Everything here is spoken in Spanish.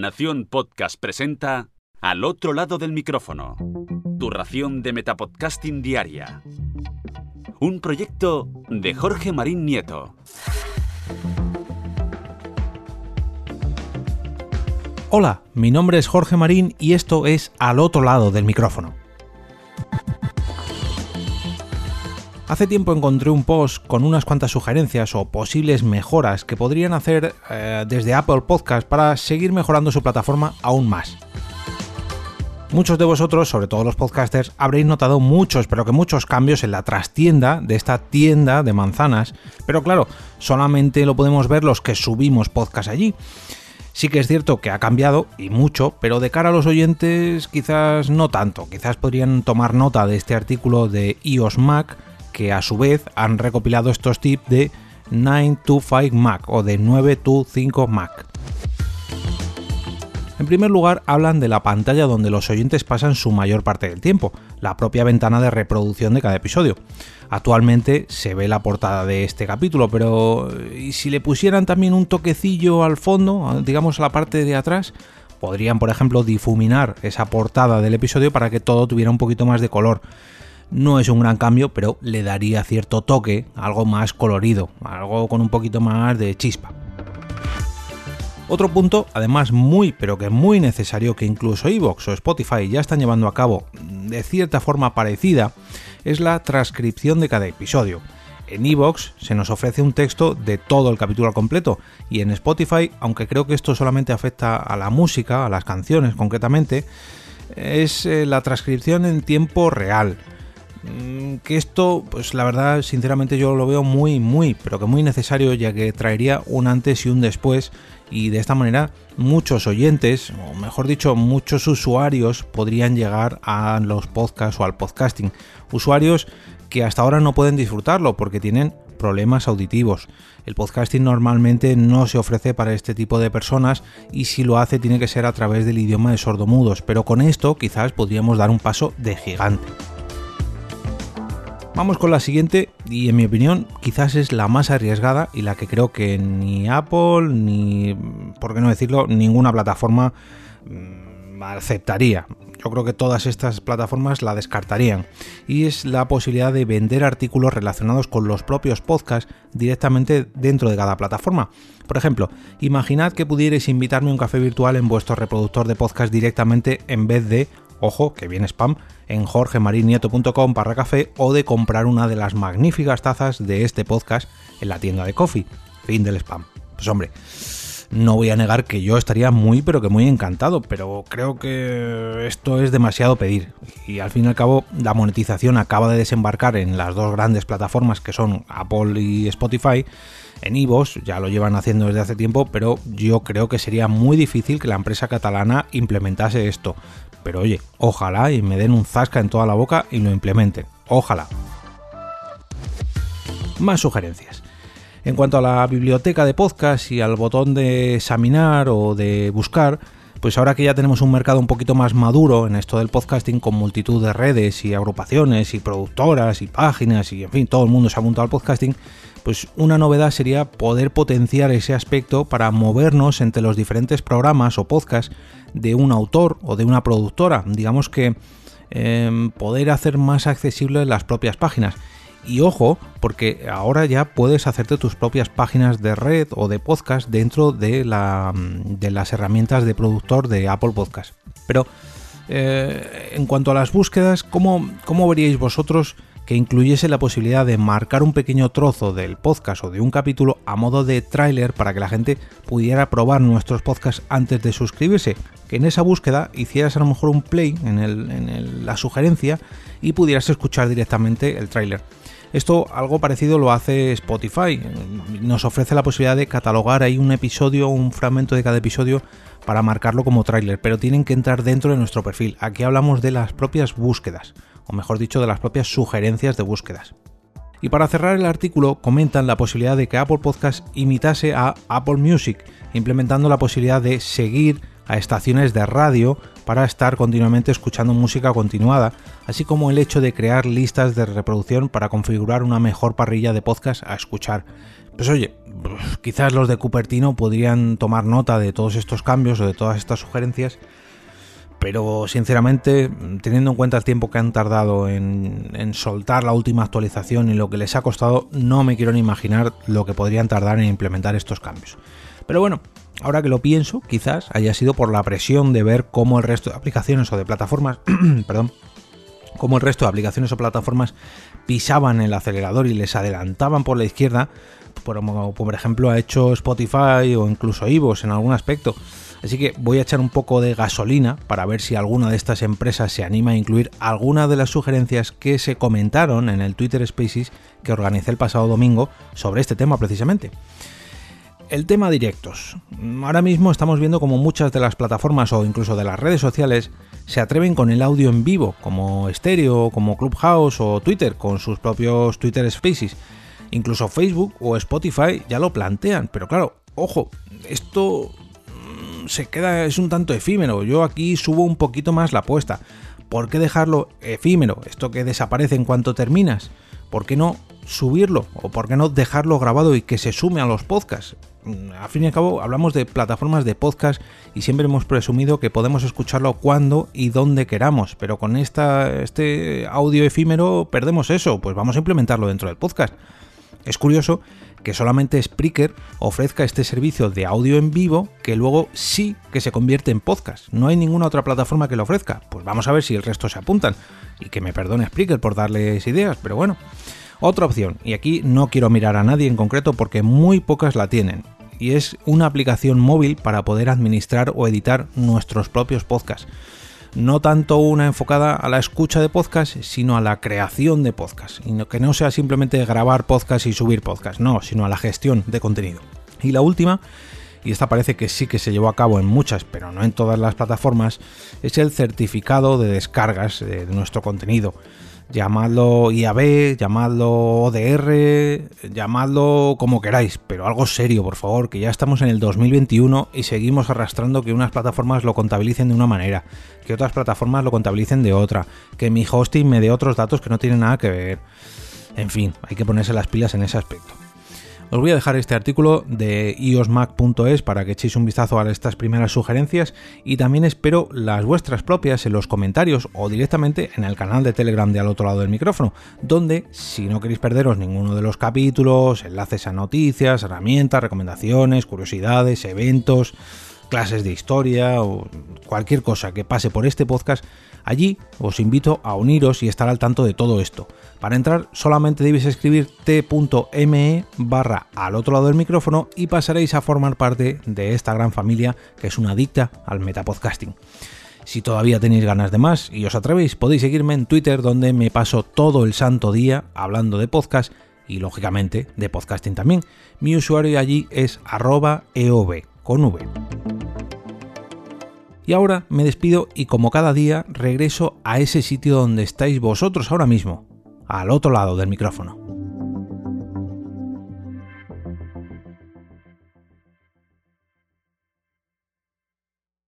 Nación Podcast presenta Al otro lado del micrófono, tu ración de metapodcasting diaria. Un proyecto de Jorge Marín Nieto. Hola, mi nombre es Jorge Marín y esto es Al otro lado del micrófono. Hace tiempo encontré un post con unas cuantas sugerencias o posibles mejoras que podrían hacer desde Apple Podcast para seguir mejorando su plataforma aún más. Muchos de vosotros, sobre todo los podcasters, habréis notado muchos cambios en la trastienda de esta tienda de manzanas, pero claro, solamente lo podemos ver los que subimos podcast allí. Sí que es cierto que ha cambiado, y mucho, pero de cara a los oyentes quizás no tanto. Quizás podrían tomar nota de este artículo de iOS Mac, que a su vez han recopilado estos tips de 9to5 Mac o de 9to5 Mac. En primer lugar, hablan de la pantalla donde los oyentes pasan su mayor parte del tiempo, la propia ventana de reproducción de cada episodio. Actualmente se ve la portada de este capítulo, pero ¿y si le pusieran también un toquecillo al fondo, digamos a la parte de atrás? Podrían, por ejemplo, difuminar esa portada del episodio para que todo tuviera un poquito más de color. No es un gran cambio, pero le daría cierto toque, algo más colorido, algo con un poquito más de chispa. Otro punto, además muy necesario, que incluso iVoox o Spotify ya están llevando a cabo de cierta forma parecida, es la transcripción de cada episodio. En iVoox se nos ofrece un texto de todo el capítulo al completo, y en Spotify, aunque creo que esto solamente afecta a la música, a las canciones concretamente, es la transcripción en tiempo real. Que esto, pues la verdad, sinceramente yo lo veo muy necesario, ya que traería un antes y un después, y de esta manera muchos oyentes, o mejor dicho, muchos usuarios podrían llegar a los podcasts o al podcasting. Usuarios que hasta ahora no pueden disfrutarlo porque tienen problemas auditivos. El podcasting normalmente no se ofrece para este tipo de personas, y si lo hace tiene que ser a través del idioma de sordomudos, pero con esto quizás podríamos dar un paso de gigante. Vamos con la siguiente, y en mi opinión quizás es la más arriesgada y la que creo que ni Apple ni, por qué no decirlo, ninguna plataforma aceptaría. Yo creo que todas estas plataformas la descartarían, y es la posibilidad de vender artículos relacionados con los propios podcasts directamente dentro de cada plataforma. Por ejemplo, imaginad que pudierais invitarme a un café virtual en vuestro reproductor de podcast directamente, en vez de, ojo, que viene spam, en jorgemarinieto.com/café, o de comprar una de las magníficas tazas de este podcast en la tienda de Coffee. Fin del spam. Pues hombre, no voy a negar que yo estaría muy encantado, pero creo que esto es demasiado pedir. Y al fin y al cabo, la monetización acaba de desembarcar en las dos grandes plataformas que son Apple y Spotify. En iVoox ya lo llevan haciendo desde hace tiempo, pero yo creo que sería muy difícil que la empresa catalana implementase esto. Pero oye, ojalá y me den un zasca en toda la boca y lo implementen. Ojalá. Más sugerencias. En cuanto a la biblioteca de podcast y al botón de examinar o de buscar, pues ahora que ya tenemos un mercado un poquito más maduro en esto del podcasting, con multitud de redes y agrupaciones y productoras y páginas y en fin, todo el mundo se ha apuntado al podcasting, pues una novedad sería poder potenciar ese aspecto para movernos entre los diferentes programas o podcasts de un autor o de una productora. Digamos que poder hacer más accesibles las propias páginas. Y ojo, porque ahora ya puedes hacerte tus propias páginas de red o de podcast dentro de las herramientas de productor de Apple Podcast. Pero en cuanto a las búsquedas, ¿cómo veríais vosotros que incluyese la posibilidad de marcar un pequeño trozo del podcast o de un capítulo a modo de tráiler para que la gente pudiera probar nuestros podcasts antes de suscribirse? Que en esa búsqueda hicieras a lo mejor un play en la sugerencia y pudieras escuchar directamente el tráiler. Esto, algo parecido, lo hace Spotify. Nos ofrece la posibilidad de catalogar ahí un episodio, un fragmento de cada episodio, para marcarlo como tráiler, pero tienen que entrar dentro de nuestro perfil. Aquí hablamos de las propias búsquedas, o mejor dicho, de las propias sugerencias de búsquedas. Y para cerrar el artículo, comentan la posibilidad de que Apple Podcast imitase a Apple Music, implementando la posibilidad de seguir a estaciones de radio para estar continuamente escuchando música continuada, así como el hecho de crear listas de reproducción para configurar una mejor parrilla de podcast a escuchar. Pues oye, quizás los de Cupertino podrían tomar nota de todos estos cambios o de todas estas sugerencias, pero sinceramente, teniendo en cuenta el tiempo que han tardado en soltar la última actualización y lo que les ha costado, no me quiero ni imaginar lo que podrían tardar en implementar estos cambios. Pero bueno, ahora que lo pienso, quizás haya sido por la presión de ver cómo el resto de aplicaciones o de plataformas, cómo el resto de aplicaciones o plataformas pisaban el acelerador y les adelantaban por la izquierda, como por ejemplo ha hecho Spotify o incluso iVoox en algún aspecto. Así que voy a echar un poco de gasolina para ver si alguna de estas empresas se anima a incluir alguna de las sugerencias que se comentaron en el Twitter Spaces que organicé el pasado domingo sobre este tema precisamente. El tema directos. Ahora mismo estamos viendo como muchas de las plataformas o incluso de las redes sociales se atreven con el audio en vivo, como Stereo, como Clubhouse o Twitter con sus propios Twitter Spaces. Incluso Facebook o Spotify ya lo plantean, pero claro, ojo, esto es un tanto efímero. Yo aquí subo un poquito más la apuesta. ¿Por qué dejarlo efímero? Esto que desaparece en cuanto terminas. ¿Por qué no subirlo? ¿O por qué no dejarlo grabado y que se sume a los podcasts? Al fin y al cabo hablamos de plataformas de podcast y siempre hemos presumido que podemos escucharlo cuando y donde queramos, pero con este audio efímero perdemos eso, pues vamos a implementarlo dentro del podcast. Es curioso que solamente Spreaker ofrezca este servicio de audio en vivo que luego sí que se convierte en podcast. No hay ninguna otra plataforma que lo ofrezca. Pues vamos a ver si el resto se apuntan. Y que me perdone Spreaker por darles ideas, pero bueno. Otra opción, y aquí no quiero mirar a nadie en concreto porque muy pocas la tienen, y es una aplicación móvil para poder administrar o editar nuestros propios podcasts. No tanto una enfocada a la escucha de podcast, sino a la creación de podcast. Y que no sea simplemente grabar podcast y subir podcast, no, sino a la gestión de contenido. Y la última, y esta parece que sí que se llevó a cabo en muchas, pero no en todas las plataformas, es el certificado de descargas de nuestro contenido. Llamadlo IAB, llamadlo ODR, llamadlo como queráis, pero algo serio, por favor, que ya estamos en el 2021 y seguimos arrastrando que unas plataformas lo contabilicen de una manera, que otras plataformas lo contabilicen de otra, que mi hosting me dé otros datos que no tienen nada que ver. En fin, hay que ponerse las pilas en ese aspecto. Os voy a dejar este artículo de iosmac.es para que echéis un vistazo a estas primeras sugerencias y también espero las vuestras propias en los comentarios o directamente en el canal de Telegram de Al Otro Lado del Micrófono, donde, si no queréis perderos ninguno de los capítulos, enlaces a noticias, herramientas, recomendaciones, curiosidades, eventos, clases de historia o cualquier cosa que pase por este podcast, allí os invito a uniros y estar al tanto de todo esto. Para entrar solamente debéis escribir t.me/al otro lado del micrófono y pasaréis a formar parte de esta gran familia que es una adicta al metapodcasting. Si todavía tenéis ganas de más y os atrevéis, podéis seguirme en Twitter, donde me paso todo el santo día hablando de podcast y lógicamente de podcasting también. Mi usuario allí es @eov con V. Y ahora me despido y como cada día regreso a ese sitio donde estáis vosotros ahora mismo, al otro lado del micrófono.